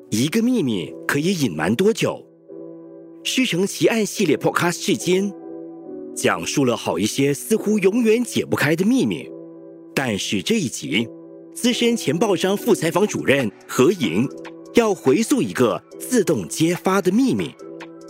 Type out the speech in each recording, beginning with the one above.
一个秘密可以隐瞒多久？师承奇案系列 Podcast 至今，讲述了好一些似乎永远解不开的秘密。但是这一集，资深前报章副采访主任何莹要回溯一个自动揭发的秘密。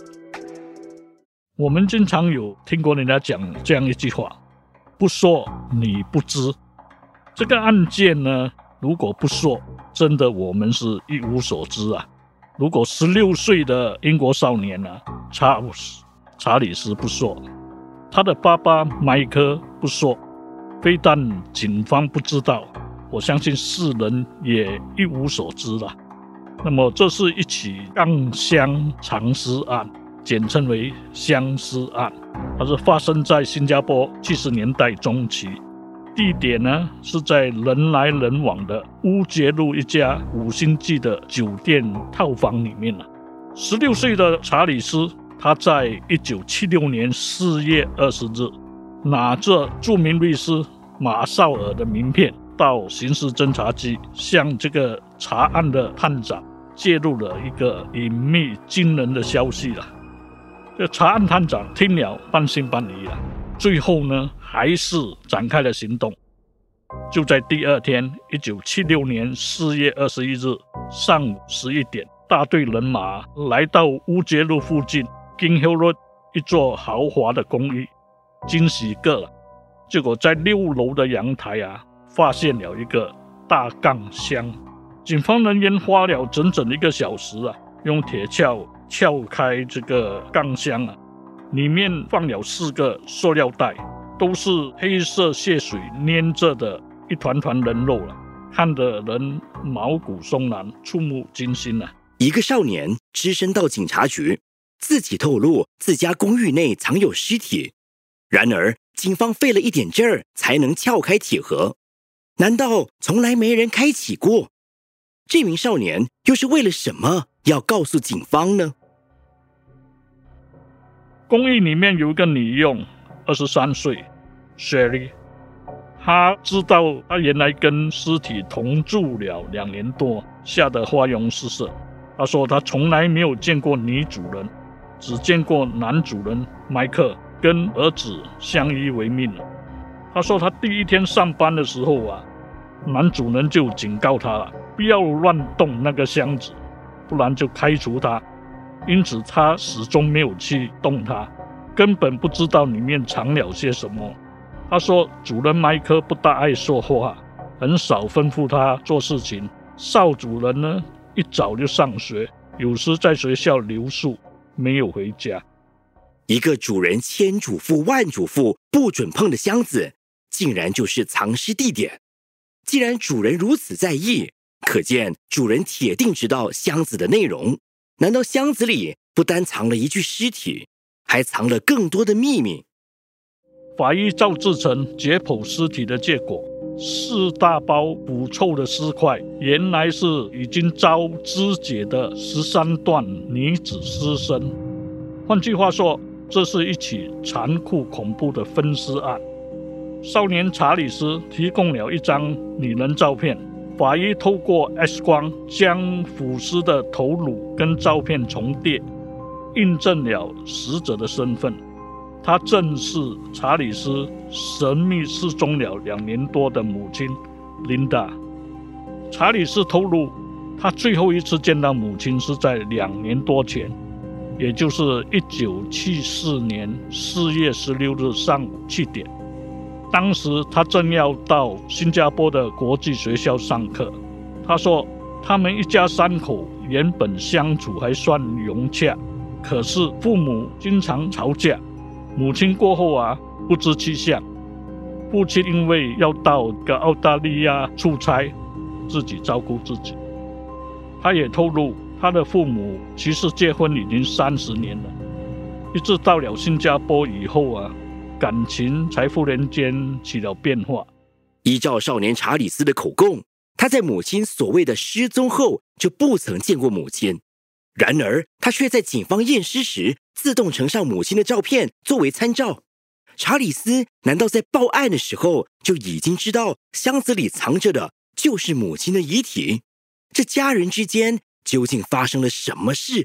我们经常有听过人家讲这样一句话：不说你不知。这个案件呢，如果不说，真的我们是一无所知啊。如果16岁的英国少年啊，查理斯不说，他的爸爸麦克不说，非但警方不知道，我相信世人也一无所知了。那么这是一起杠箱藏尸案，简称为相思案，它是发生在新加坡70年代中期，地点呢是在人来人往的乌节路一家5星级的酒店套房里面。16岁的查理斯，他在1976年4月20日拿着著名律师马绍尔的名片到刑事侦查局，向这个查案的探长介入了一个隐秘惊人的消息了。这查案探长听了半信半疑了，最后呢还是展开了行动。就在第二天1976年4月21日上午11点，大队人马来到乌节路附近 King Hill Road 一座豪华的公寓，惊喜个了。结果在6楼的阳台发现了一个大杠箱。警方人员花了整整1个小时用铁锹撬开这个杠箱里面放了4个塑料袋，都是黑色血水粘着的一团团人肉看得人毛骨悚然，触目惊心一个少年只身到警察局，自己透露自家公寓内藏有尸体，然而警方费了一点劲儿才能撬开铁盒，难道从来没人开启过？这名少年又是为了什么要告诉警方呢？ 公寓里面有一个女佣，23岁 Sherry， 她知道她原来跟尸体同住了2年多，吓得花容失色。她说她从来没有见过女主人，只见过男主人麦克跟儿子相依为命了。她说她第一天上班的时候男主人就警告她了，不要乱动那个箱子，不然就开除她。因此她始终没有去动它，根本不知道里面藏了些什么。她说主人麦克不大爱说话，很少吩咐她做事情。少主人呢，一早就上学，有时在学校留宿，没有回家。 一个主人千嘱咐万嘱咐不准碰的箱子，竟然就是藏尸地点。既然主人如此在意，可见主人铁定知道箱子的内容。难道箱子里不单藏了一具尸体，还藏了更多的秘密？ 法医赵志成解剖尸体的结果，4大包腐臭的尸块，原来是已经遭肢解的13段女子尸身。换句话说，这是一起残酷恐怖的分尸案。少年查理斯提供了一张女人照片，法医透过 X 光将腐尸的头颅跟照片重叠，印证了死者的身份。她正是查理斯神秘失踪了2年多的母亲琳达。查理斯透露，他最后一次见到母亲是在2年多前，也就是1974年4月16日上午7点。当时他正要到新加坡的国际学校上课。他说他们一家3口原本相处还算融洽，可是父母经常吵架，母亲过后不知去向。父亲因为要到澳大利亚出差，自己照顾自己。他也透露他的父母其实结婚已经30年了，一直到了新加坡以后感情才忽然间起了变化。 依照少年查理斯的口供，他在母亲所谓的失踪后就不曾见过母亲，然而他却在警方验尸时自动呈上母亲的照片作为参照。查理斯难道在报案的时候就已经知道箱子里藏着的就是母亲的遗体？这家人之间究竟发生了什么事？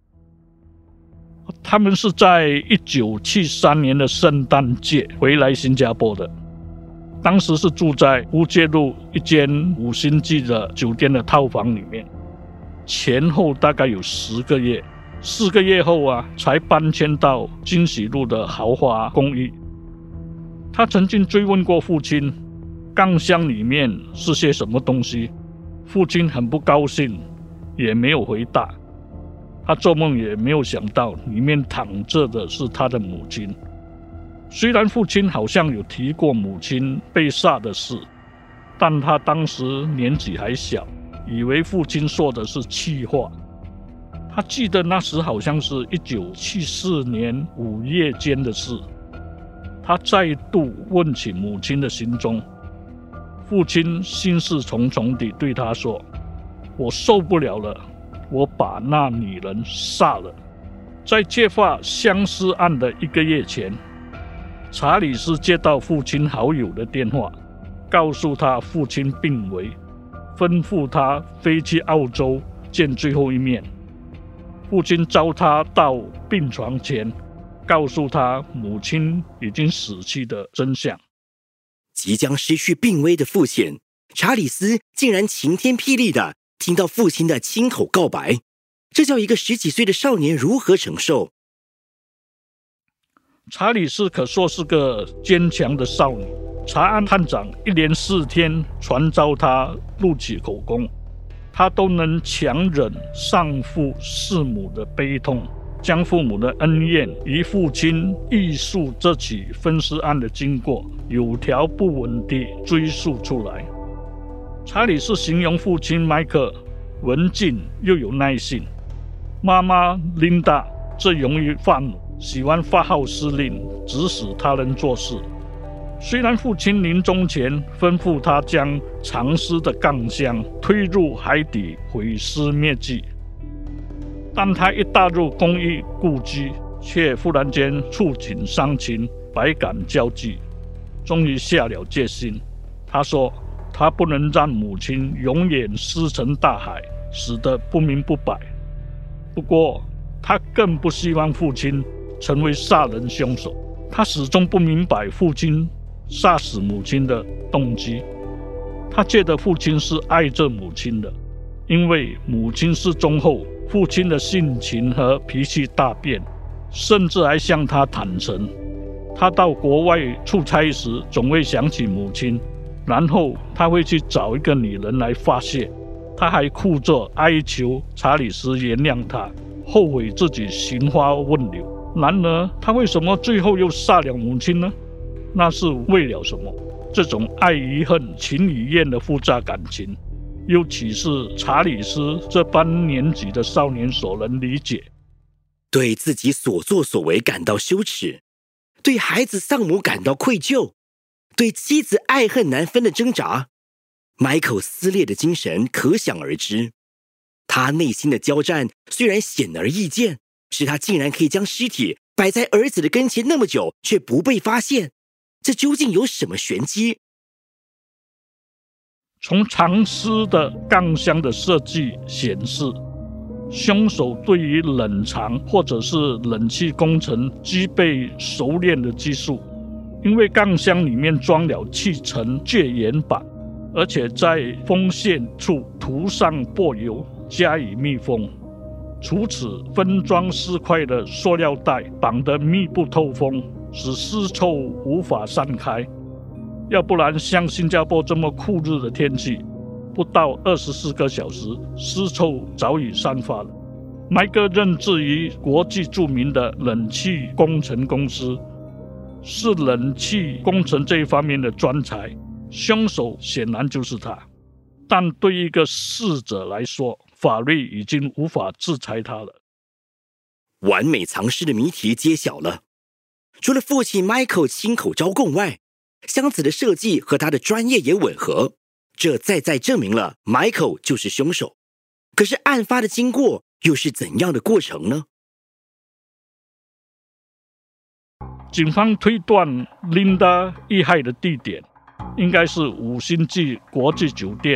他们是在1973年的圣诞节回来新加坡的，当时是住在乌街路一间5星级的酒店的套房里面，前后大概有10个月，4个月后才搬迁到金喜路的豪华公寓。他曾经追问过父亲，杠箱里面是些什么东西，父亲很不高兴，也没有回答。他做梦也没有想到里面躺着的是他的母亲。虽然父亲好像有提过母亲被杀的事，但他当时年纪还小，以为父亲说的是气话。他记得那时好像是1974年5月间的事。他再度问起母亲的行踪，父亲心事重重地对他说：“我受不了了，我把那女人杀了。”在揭发相尸案的1个月前，查理斯接到父亲好友的电话，告诉他父亲病危，吩咐他飞去澳洲见最后一面。父亲召他到病床前，告诉他母亲已经死去的真相。 即将失去病危的父亲查理斯竟然晴天霹雳的听到父亲的亲口告白，这叫一个10几岁的少年如何承受？ 查理斯可说是个坚强的少女，查案探长1连4天传召他录取口供，他都能强忍丧父弑母的悲痛，将父母的恩怨与父亲忆述这起分尸案的经过有条不紊地追溯出来。查理斯形容父亲迈克文静又有耐性，妈妈琳达则容易发怒，喜欢发号施令，指使他人做事。虽然父亲临终前吩咐他将藏尸的杠箱推入海底毁尸灭迹，但他一踏入公寓故居，却忽然间触景伤情，百感交集，终于下了决心。他说他不能让母亲永远尸沉大海，死得不明不白。不过他更不希望父亲成为杀人凶手，他始终不明白父亲杀死母亲的动机。他觉得父亲是爱着母亲的，因为母亲失踪后，父亲的性情和脾气大变，甚至还向他坦诚，他到国外出差时总会想起母亲，然后他会去找一个女人来发泄。他还哭着哀求查理斯原谅他，后悔自己寻花问柳。然而他为什么最后又杀了母亲呢？那是为了什么？这种爱与恨、情与怨的复杂感情，又岂是查理斯这般年纪的少年所能理解？ 对自己所作所为感到羞耻，对孩子丧母感到愧疚，对妻子爱恨难分的挣扎，迈克撕裂的精神可想而知。他内心的交战虽然显而易见，是他竟然可以将尸体摆在儿子的跟前那么久，却不被发现，这究竟有什么玄机？ 从藏尸的杠箱的设计显示，凶手对于冷藏或者是冷气工程具备熟练的技术，因为杠箱里面装了去尘绝缘板，而且在封线处涂上柏油加以密封。除此，分装尸块的塑料袋绑得密不透风，使尸臭无法散开。要不然像新加坡这么酷热的天气，不到24个小时，尸臭早已散发了。迈克任职于国际著名的冷气工程公司，是冷气工程这一方面的专才，凶手显然就是他。但对一个逝者来说，法律已经无法制裁他了。 完美藏尸的谜题揭晓了。除了父亲 Michael 亲口招供外，箱子的设计和他的专业也吻合，这再证明了 Michael 就是凶手。可是案发的经过又是怎样的过程呢？ 警方推断琳达遇害的地点应该是5星级国际酒店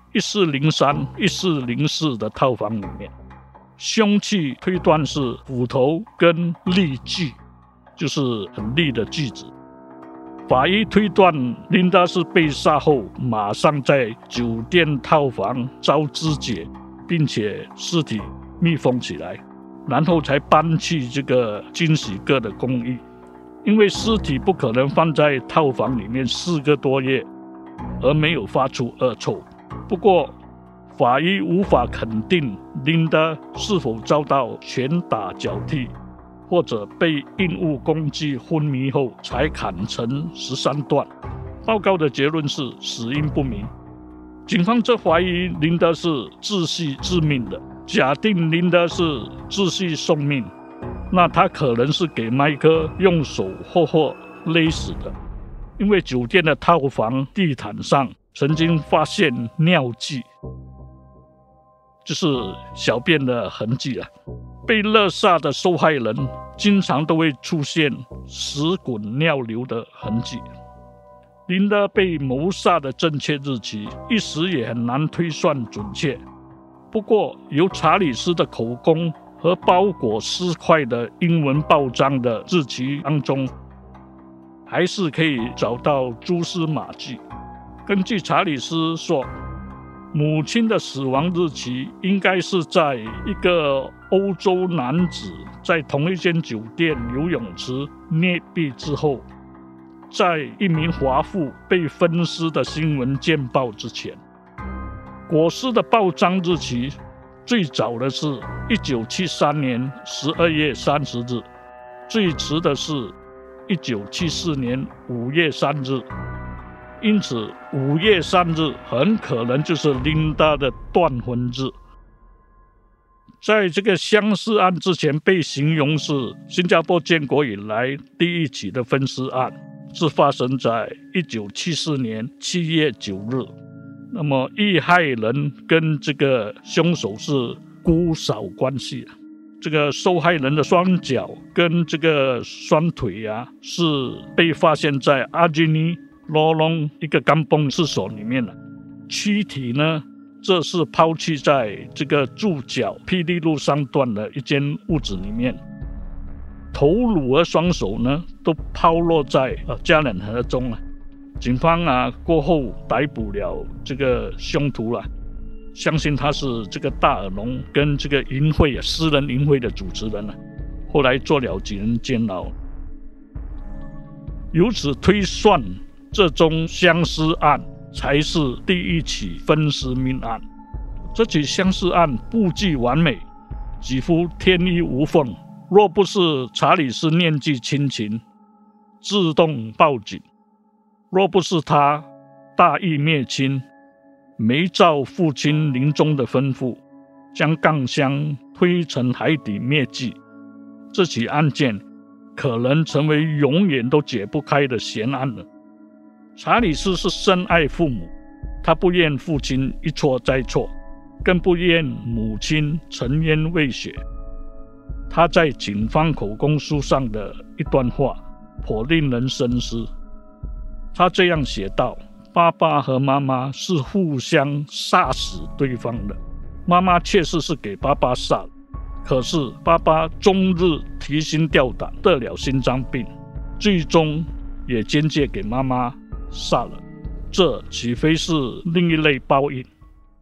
1403、1404的套房里面，凶器推断是斧头跟利锯，就是很利的锯子。法医推断琳达是被杀后马上在酒店套房遭肢解，并且尸体密封起来，然后才搬去这个金喜阁的公寓。因为尸体不可能放在套房里面4个多月而没有发出恶臭。不过法医无法肯定琳达是否遭到拳打脚踢，或者被硬物攻击昏迷后才砍成13段。报告的结论是死因不明。警方则怀疑琳达是窒息致命的。假定琳达是窒息送命，那他可能是给麦克用手或勒死的。因为酒店的套房地毯上曾经发现尿迹，就是小便的痕迹啊。被勒杀的受害人经常都会出现屎滚尿流的痕迹。琳达被谋杀的正确日期一时也很难推算准确，不过由查理斯的口供和包裹尸块的英文报章的日期当中，还是可以找到蛛丝马迹。根据查理斯说，母亲的死亡日期应该是在一个欧洲男子在同一间酒店游泳池溺毙之后，在一名华妇被分尸的新闻见报之前。裹尸的报章日期最早的是1973年12月30日，最迟的是1974年5月3日。因此5月3日很可能就是琳达的断魂日。在这个相似案之前被形容是新加坡建国以来第一起的分尸案，是发生在1974年7月9日。那么遇害人跟这个凶手是姑嫂关系，这个受害人的双脚跟这个双腿是被发现在阿基尼罗龙一个甘崩厕所里面的，躯体呢，这是抛弃在这个住脚霹雳路3段的一间屋子里面，头颅和双手呢都抛落在加冷河中了。警方过后逮捕了这个凶徒了，相信他是这个大耳窿跟这个淫会私人淫会的主持人了，后来坐了几年监牢。由此推算，这宗相尸案才是第一起分尸命案。这起相尸案布局完美，几乎天衣无缝。若不是查理斯念记亲情，自动报警；若不是他大义灭亲，没照父亲临终的吩咐，将杠箱推沉海底灭迹，这起案件可能成为永远都解不开的悬案了。查理斯是深爱父母，他不愿父亲一错再错，更不愿母亲沉冤未雪。他在警方口供书上的一段话颇令人深思。他这样写道：爸爸和妈妈是互相杀死对方的，妈妈确实是给爸爸杀了，可是爸爸终日提心吊胆，得了心脏病，最终也间接给妈妈杀了，这岂非是另一类报应？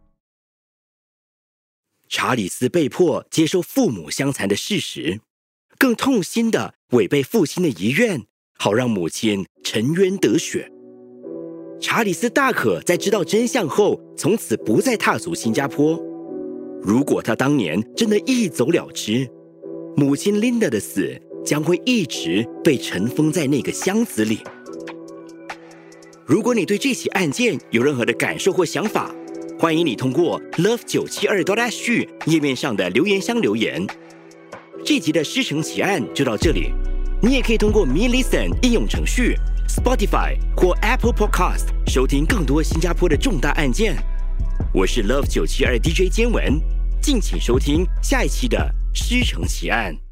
查理斯被迫接受父母相残的事实，更痛心地违背父亲的遗愿，好让母亲沉冤得雪。查理斯大可在知道真相后，从此不再踏足新加坡。如果他当年真的一走了之，母亲 Linda 的死将会一直被尘封在那个箱子里。如果你对这起案件有任何的感受或想法，欢迎你通过 love972.sg 页面上的留言箱留言。这集的师承奇案就到这里，你也可以通过 MeListen 应用程序、Spotify 或 Apple Podcast 收听更多新加坡的重大案件。我是 Love972 DJ 坚文，敬请收听下一期的师承奇案。